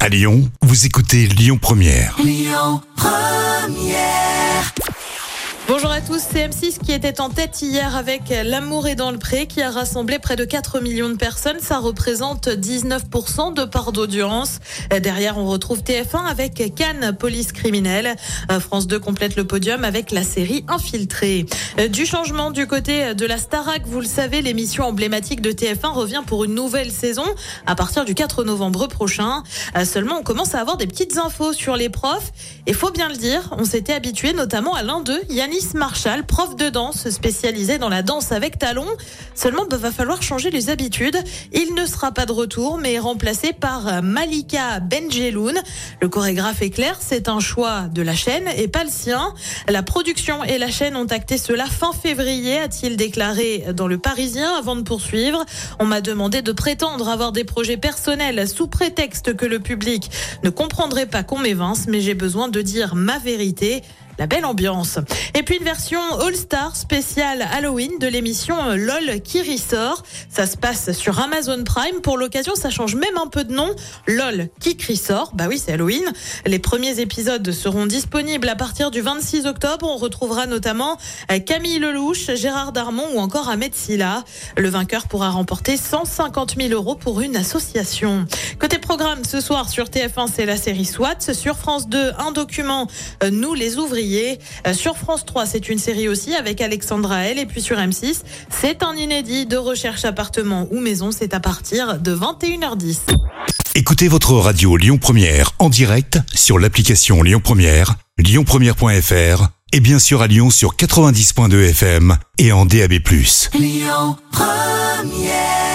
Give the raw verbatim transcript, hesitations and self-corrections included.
À Lyon, vous écoutez Lyon Première. Lyon Première. Bonjour à tous, c'est M six qui était en tête hier avec L'amour est dans le pré qui a rassemblé près de quatre millions de personnes. Ça représente dix-neuf pour cent de part d'audience. Derrière, on retrouve T F un avec Cannes, police criminelle. France deux complète le podium avec la série Infiltré. Du changement du côté de la Starac, vous le savez, l'émission emblématique de T F un revient pour une nouvelle saison à partir du quatre novembre prochain. Seulement, on commence à avoir des petites infos sur les profs. Et faut bien le dire, on s'était habitué notamment à l'un d'eux, Yanis Marshall, prof de danse spécialisé dans la danse avec talons. Seulement, il bah, va falloir changer les habitudes. Il ne sera pas de retour, mais remplacé par Malika Benjeloun. Le chorégraphe est clair, c'est un choix de la chaîne et pas le sien. La production et la chaîne ont acté cela fin février, a-t-il déclaré dans Le Parisien avant de poursuivre. On m'a demandé de prétendre avoir des projets personnels sous prétexte que le public ne comprendrait pas qu'on m'évince, mais j'ai besoin de dire ma vérité. La belle ambiance. Et puis une version All-Star spéciale Halloween de l'émission LOL qui ressort. Ça se passe sur Amazon Prime. Pour l'occasion, ça change même un peu de nom. LOL qui ressort. Bah oui, c'est Halloween. Les premiers épisodes seront disponibles à partir du vingt-six octobre. On retrouvera notamment Camille Lelouch, Gérard Darmon ou encore Ahmed Silla. Le vainqueur pourra remporter cent cinquante mille euros pour une association. Côté programme, ce soir sur T F un, c'est la série SWAT. Sur France deux, un document, Nous les ouvriers. Sur France trois, c'est une série aussi avec Alexandra L. Et puis sur M six, c'est un inédit de recherche appartement ou maison. C'est à partir de vingt et une heures dix. Écoutez votre radio Lyon Première en direct sur l'application Lyon Première, lyon première point f r et bien sûr à Lyon sur quatre-vingt-dix point deux F M et en D A B plus. Lyon Première.